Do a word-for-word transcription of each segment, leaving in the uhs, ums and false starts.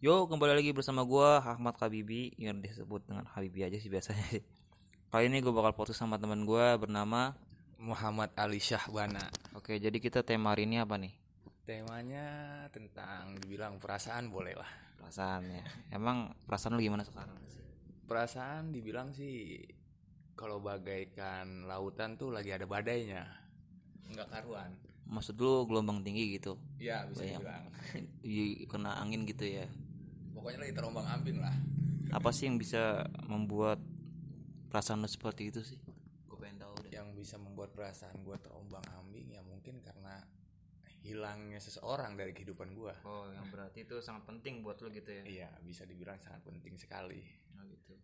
Yo, kembali lagi bersama gua Ahmad Habibi, yang disebut dengan Habibi aja sih biasanya sih. Kali ini gue bakal podcast sama teman gua bernama. Muhammad Ali Syahbana. Oke, jadi kita tema hari ini apa nih? Temanya tentang dibilang perasaan boleh lah. Perasaan ya. Emang perasaan lu gimana sekarang sih? Perasaan dibilang sih kalau bagaikan lautan tuh lagi ada badainya. Enggak karuan. Maksud lu gelombang tinggi gitu? Ya bisa Banyak dibilang. di- kena angin gitu ya. Pokoknya lagi terombang ambing lah. Apa sih yang bisa membuat perasaan lu seperti itu sih? Gue pengen tahu deh. Yang bisa membuat perasaan gue terombang ambing ya mungkin karena hilangnya seseorang dari kehidupan gue. Oh, yang berarti itu sangat penting buat lu gitu ya? Iya bisa dibilang sangat penting sekali. Oh gitu.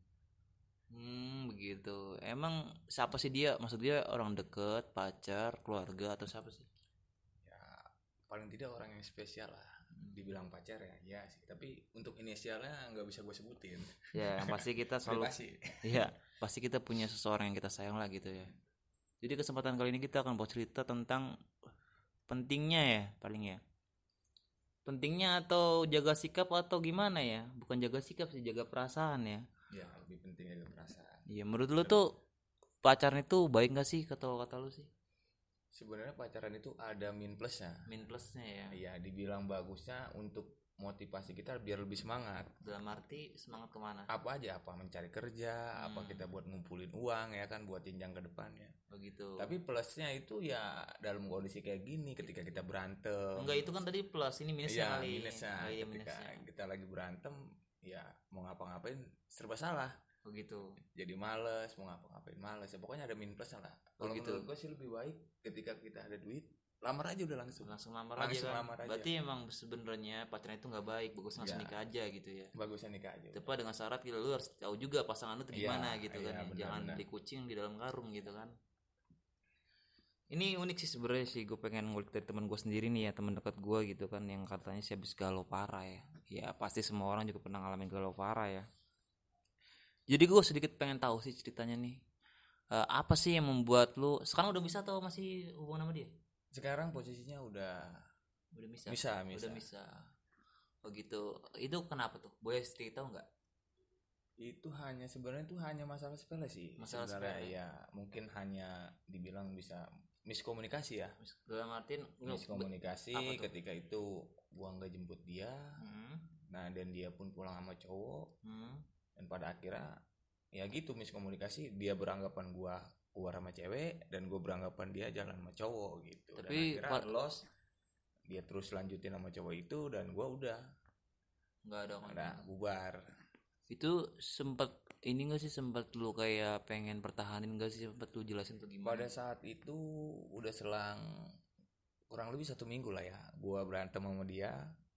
Hmm, begitu. Emang siapa sih dia? Maksud dia orang deket, pacar, keluarga atau siapa sih? Ya paling tidak orang yang spesial lah. Dibilang pacar ya ya sih, tapi untuk inisialnya nggak bisa gue sebutin. Ya, yang pasti kita selalu Privasi. iya, pasti kita punya seseorang yang kita sayang lah gitu ya. Jadi kesempatan kali ini kita akan buat cerita tentang pentingnya ya, paling ya. Pentingnya atau jaga sikap atau gimana ya? Bukan jaga sikap sih, jaga perasaan ya. Ya lebih penting dari perasaan. Iya, menurut lu tuh pacaran itu baik gak sih kata kata lu sih? Sebenarnya pacaran itu ada min plusnya. Min plusnya ya. Iya dibilang bagusnya untuk motivasi kita biar lebih semangat. Dalam arti semangat kemana? Apa aja, apa mencari kerja, Hmm. apa kita buat ngumpulin uang ya kan buat jenjang ke depannya. Begitu. Tapi plusnya itu ya dalam kondisi kayak gini ketika kita berantem. Enggak, itu kan tadi plus, ini minusnya Iya kali. minusnya Oh, iya, ketika minusnya. kita lagi berantem ya mau ngapa-ngapain serba salah. Begitu. Jadi males mau ngapa-ngapain males ya pokoknya ada min plusnya lah. Oh, Kalau gitu. menurut gue sih lebih baik ketika kita ada duit lamar aja udah langsung Langsung lamar langsung aja kan. lamar aja. Berarti emang sebenarnya pacaran itu nggak baik, bagus langsung Ya. nikah aja gitu ya. Bagusnya nikah aja. Tapi dengan syarat gitu, lu harus tahu juga pasangan lu tuh Iya, gimana gitu kan iya, ya. benar, Jangan benar. beli kucing di dalam karung gitu kan. Ini unik sih sebenarnya sih, gue pengen ngulik dari teman gue sendiri nih ya, teman dekat gue gitu kan, yang katanya sih habis galau parah ya. Ya pasti semua orang juga pernah ngalamin galau parah ya. Jadi gue sedikit pengen tahu sih ceritanya nih. Eh, apa sih yang membuat lu sekarang udah bisa atau masih hubungan sama dia? Sekarang posisinya udah Udah bisa. bisa, bisa. Udah bisa. Oh gitu. Itu kenapa tuh? Boleh cerita tahu nggak? Itu hanya sebenarnya itu hanya masalah sepele sih. Masalah Sebenarnya sepele. ya mungkin hanya dibilang bisa miskomunikasi ya. Dalam artian Miskomunikasi apa tuh? ketika itu gua nggak jemput dia. Hmm, Nah, dan dia pun pulang sama cowok hmm. dan pada akhirnya ya gitu miskomunikasi, dia beranggapan gua keluar sama cewek dan gue beranggapan dia jalan sama cowok gitu. Tapi dan akhirnya pa- lost, dia terus lanjutin sama cowok itu dan gua udah nggak ada ada bubar. Itu sempat ini gak sih, sempat lu kayak pengen pertahanin gak sih, sempat lu jelasin tuh gimana? Pada saat itu udah selang kurang lebih satu minggu lah ya gua berantem sama dia.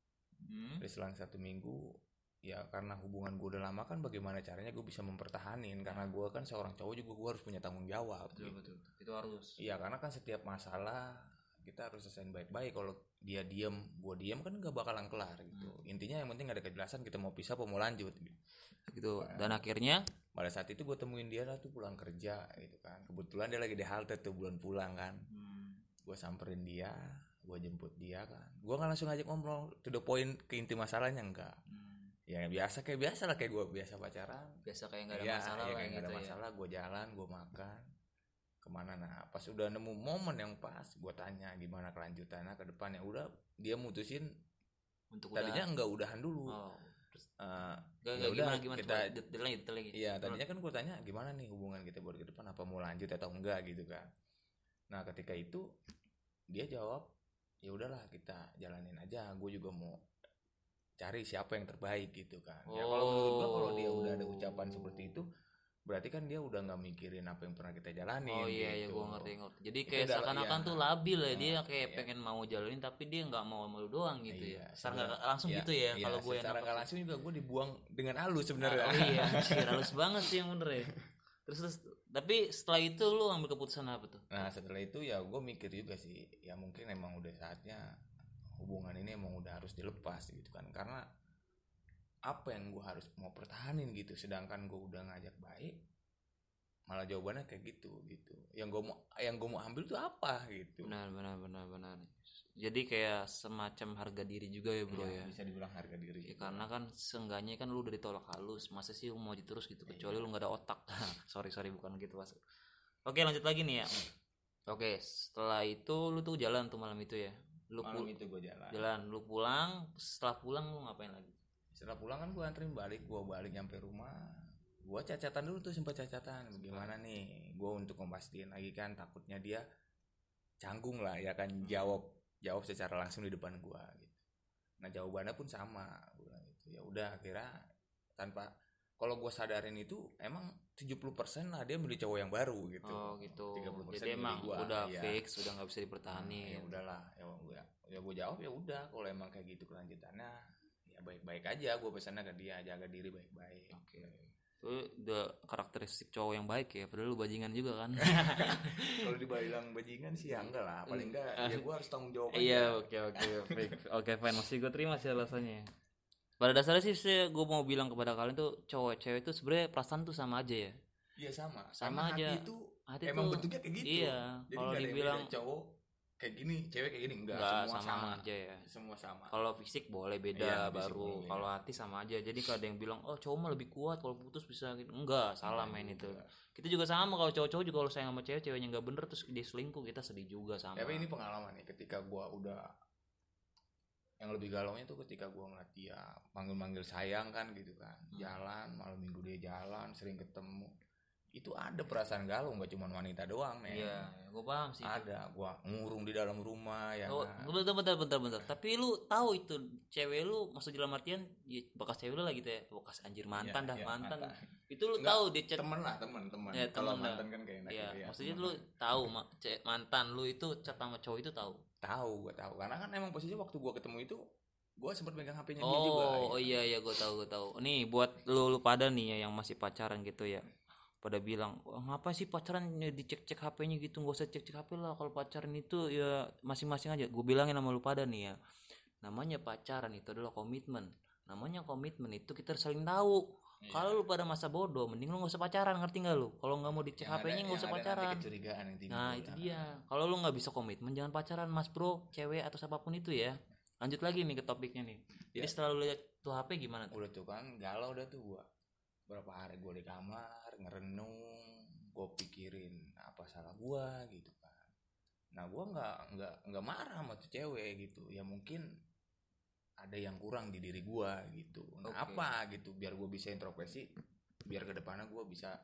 Hmm? Udah selang satu minggu ya karena hubungan gue udah lama kan bagaimana caranya gue bisa mempertahanin karena gue kan seorang cowok juga gue harus punya tanggung jawab. Betul, gitu. betul. Itu harus. Iya karena kan setiap masalah kita harus selesaiin baik-baik. Kalau dia diem gue diem kan gak bakalan kelar gitu. Hmm. Intinya yang penting ada kejelasan kita mau pisah apa mau lanjut gitu. Gitu. Dan akhirnya Pada saat itu gue temuin dia lah tuh pulang kerja gitu kan. Kebetulan dia lagi di halte tuh bulan pulang kan. hmm, Gue samperin dia, gue jemput dia kan. Gue nggak langsung ngajak ngobrol to the point ke inti masalahnya enggak. hmm. Ya biasa kayak biasa lah kayak gue biasa pacaran. Biasa kayak nggak ada Ya, masalah ya, lah kayak nggak gitu ada ya. masalah. Gue jalan, gue makan kemana. Nah pas udah nemu momen yang pas, gue tanya gimana kelanjutannya ke depannya. Udah dia mutusin Untuk tadinya udah. enggak udahan dulu. Oh. Terus Eh, gak, ya gak, udah gimana gimana kita coba detail lagi, detail lagi. iya tadinya kan gue tanya gimana nih hubungan kita buat ke depan, apa mau lanjut atau enggak gitu kan. Nah ketika itu dia jawab ya udahlah kita jalanin aja, gue juga mau cari siapa yang terbaik gitu kan. Ya kalau menurut gue kalau dia udah ada ucapan seperti itu berarti kan dia udah nggak mikirin apa yang pernah kita jalanin. Oh iya, ya gitu. gue ngerti ngerti. Jadi Itu kayak udah- seakan-akan iya. tuh labil ya, dia Nah, kayak iya. pengen mau jalanin tapi dia nggak mau malu doang gitu Iya, ya. Secara nggak sebenarnya- langsung iya, gitu ya. iya, Kalau gue yang secara nangkep nggak sih. langsung juga gue dibuang dengan halus sebenarnya. Oh iya, anjir, halus banget sih yang bener ya. Terus, terus tapi setelah itu lu ambil keputusan apa tuh? Nah setelah itu ya gue mikir juga sih ya mungkin emang udah saatnya hubungan ini emang udah harus dilepas gitu kan, karena apa yang gue harus mau pertahanin gitu sedangkan gue udah ngajak baik malah jawabannya kayak gitu gitu. Yang gue mau yang gue mau ambil tuh apa gitu. Benar benar benar benar. Jadi kayak semacam harga diri juga ya bro ya. Ya, bisa dibilang harga diri. Ya, karena kan seenggaknya kan lu udah ditolak halus, masa sih lu mau terus gitu, kecuali Iya. lu nggak ada otak. sorry sorry bukan gitu mas. Oke lanjut lagi nih ya. Oke setelah itu lu tuh jalan tuh malam itu ya. Lu Malam pul- itu gue jalan. jalan, lu pulang, setelah pulang lu ngapain lagi? Setelah pulang kan gue anterin balik, gue balik nyampe rumah, gue cacatan dulu tuh, sempat cacatan gimana nih gue untuk memastikan lagi kan, takutnya dia canggung lah ya kan, jawab jawab secara langsung di depan gue gitu. Nah jawabannya pun sama, gue bilang gitu. Ya udah akhirnya tanpa, kalau gue sadarin itu emang tujuh puluh persen lah dia milih cowok yang baru gitu. Oh gitu. tiga puluh persen Jadi milih emang gua, udah ya. fix, udah nggak bisa Nah, dipertahanin. ya udahlah, ya udah, ya gue jawab ya udah, kalau emang kayak gitu kelanjutannya ya baik-baik aja, gue pesannya ke dia, jaga diri baik-baik. Oke. Itu udah karakteristik cowok yang baik ya, padahal lu bajingan juga kan. Kalau dibilang bajingan sih ya enggak lah, paling enggak ya gue harus tanggung jawab aja. Iya oke oke fix. Oke fine, masih gue terima sih alasannya. Pada dasarnya sih gue mau bilang kepada kalian tuh, cowok cewek itu sebenarnya perasaan tuh sama aja ya. Iya sama. Sama Karena aja. hati itu Hati emang tuh, bentuknya kayak gitu. iya. Jadi Kalau nggak ada yang dibilang beda, cowok kayak gini, cewek kayak gini, enggak, enggak, semua sama, sama, aja ya. semua sama. Kalau fisik boleh beda Iya, fisik baru, boleh beda. kalau hati sama aja. Jadi kalau ada yang bilang oh cowok mah lebih kuat kalau putus bisa gitu, enggak, salah main itu. Juga. Kita juga sama, kalau cowok-cowok juga kalau sayang sama cewek, ceweknya nggak bener terus dia selingkuh, kita sedih juga sama. Tapi ini pengalaman nih, ketika gue udah, yang lebih galaunya tuh ketika gue ngeliat dia manggil-manggil sayang kan gitu kan, Hmm. jalan malam minggu dia jalan, sering ketemu, itu ada perasaan galau, nggak cuma wanita doang men. Iya, gue paham sih. itu. Ada, gue ngurung di dalam rumah ya Oh, kan. bentar, bentar, bentar, bentar. Tapi lu tahu itu cewek lu, maksud dalam artian ya, bekas cewek lu lah gitu ya, bekas anjir mantan Ya, dah ya, mantan. mantan. Itu lu Enggak, tahu dia chat. Temen lah, temen temen. Ya, Kalau temen lah. mantan kan kayak enak Iya, gitu ya. maksudnya temen. lu tahu ma- ce- mantan lu itu chat sama cowok itu tahu. Tahu, gue tahu. Karena kan emang posisinya waktu gue ketemu itu, gue sempat megang H P-nya dia juga. Oh, oh iya iya gue tahu gue tahu. Nih buat lu lu pada nih ya yang masih pacaran gitu ya. Pada bilang, "Wah, ngapa sih pacaran dicek-cek H P-nya gitu? Gak usah cek-cek H P lah. Kalau pacaran itu ya masing-masing aja." Gue bilangin sama lu pada nih ya. Namanya pacaran itu adalah komitmen. Namanya komitmen itu kita harus saling tahu. Iya. Kalau lu pada masa bodoh, mending lu gak usah pacaran, ngerti gak lu? Kalau nggak mau dicek Yang H P-nya ada- nggak usah yang ada pacaran. nanti kecurigaan yang timbul. Nah itu dia. Kalau lu nggak bisa komitmen, jangan pacaran, mas bro, cewek atau siapapun itu ya. Lanjut lagi nih ke topiknya nih. Jadi Ya. setelah lu lihat tuh H P gimana tuh? Udah tuh kan, galau udah tuh gue. Berapa hari gue di kamar, ngerenung, gue pikirin apa salah gue gitu kan. Nah gue nggak nggak nggak marah sama tuh cewek gitu. Ya mungkin ada yang kurang di diri gue gitu. Nah Oke. apa gitu, biar gue bisa introspeksi, biar kedepannya gue bisa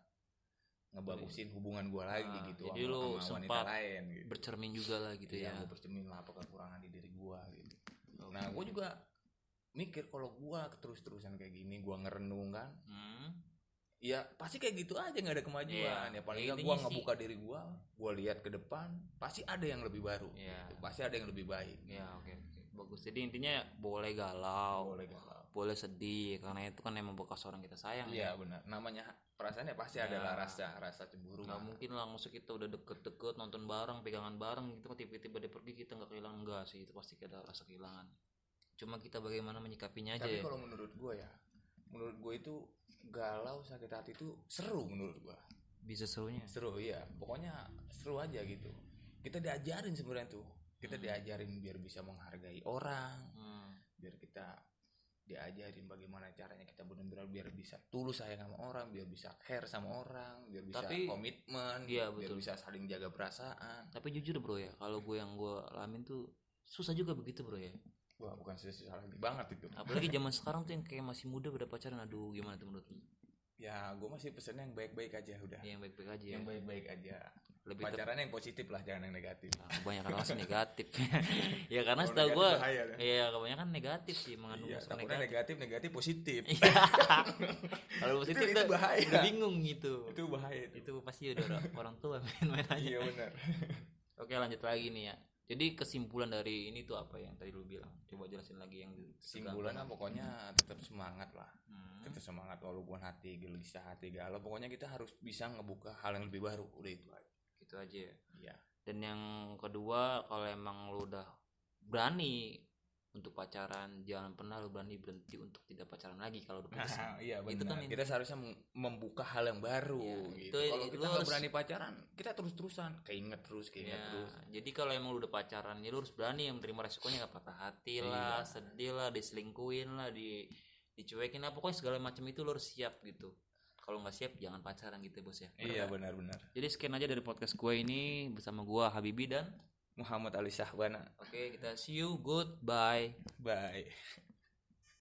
ngebagusin hubungan gue lagi Ah, gitu jadi sama, lu sama wanita sempat lain gitu. Bercermin juga lah gitu Iya, ya. gue bercermin lah apa kekurangan di diri gue gitu. Oke. Nah gue juga mikir kalau gue terus-terusan kayak gini, gue ngerenung kan, Hmm. ya pasti kayak gitu aja, nggak ada kemajuan. Iya, Ya paling ya nggak gue intinya ngebuka sih- diri gue, gue lihat ke depan, pasti ada yang lebih baru. Iya. Gitu. Pasti ada yang lebih baik. Ya oke oke bagus. Jadi intinya boleh galau, Boleh galau. boleh sedih karena itu kan emang bekas orang kita sayang Iya ya. benar. Namanya perasaannya pasti Ya. adalah rasa rasa cemburu. Nggak mah. mungkin lah maksud kita udah deket-deket nonton bareng, pegangan bareng gitu kan tiba-tiba dia pergi kita nggak kehilangan, enggak sih, itu pasti ada rasa kehilangan. Cuma kita bagaimana menyikapinya aja Tapi ya. kalau menurut gue ya, menurut gue itu galau sakit hati itu seru menurut gue. Bisa serunya. Seru ya. Pokoknya seru aja gitu. Kita diajarin sebenarnya tuh. Kita Hmm. diajarin biar bisa menghargai orang. Hmm. Biar kita diajarin bagaimana caranya kita benar-benar biar bisa tulus sayang sama orang, biar bisa care sama orang, biar bisa Tapi- komitmen, iya, biar betul. bisa saling jaga perasaan. Tapi jujur bro ya, kalau gue yang gue alamin tuh susah juga begitu bro ya. Wah bukan susah lagi banget itu. Apalagi zaman sekarang tuh yang kayak masih muda udah pacaran, aduh gimana tuh menurut lu? Ya gue masih pesennya yang baik-baik aja udah. Yang baik-baik aja ya. Yang baik-baik aja. Lebih tep- Pacarannya yang positif lah, jangan yang negatif. Nah, kebanyakan orang sih negatif. Ya karena Kalau setahu negatif gue, bahaya, kan? ya kebanyakan negatif sih, mengandung Iya, unsur takutnya negatif. negatif, negatif positif. Iya. Kalau positif itu tuh bahaya. udah bingung gitu. Itu bahaya itu. Itu pasti udah orang, orang tua main-main aja. Iya benar. Oke lanjut lagi nih ya. Jadi kesimpulan dari ini tuh apa yang tadi lu bilang? Coba jelasin lagi yang Kesimpulannya pokoknya tetap semangat lah. Hmm. Tetap semangat walaupun hati gelisah, hati galau. Pokoknya kita harus bisa ngebuka hal yang lebih baru. Udah itu aja. Gitu aja ya. Iya. Dan yang kedua, kalau emang lu udah berani untuk pacaran, jangan pernah lu berani berhenti untuk tidak pacaran lagi kalau udah putus. Iya Itu benar. kan Kita seharusnya mem- membuka hal yang baru Iya, gitu. itu- Kalau itu kita lu nggak harus- berani pacaran, kita terus-terusan keinget terus, keinget ya, terus. jadi kalau emang lu udah pacaran ya lu harus berani yang menerima resikonya, nggak patah hati lah, Iya. sedih lah, diselingkuhin lah, di dicuekin lah, pokoknya segala macam itu lu harus siap gitu. Kalau nggak siap jangan pacaran gitu bos ya. Iya benar-benar. Jadi sekian aja dari podcast gue ini bersama gue Habibi dan Muhammad Ali Syahbana. oke, kita see you, goodbye. Bye.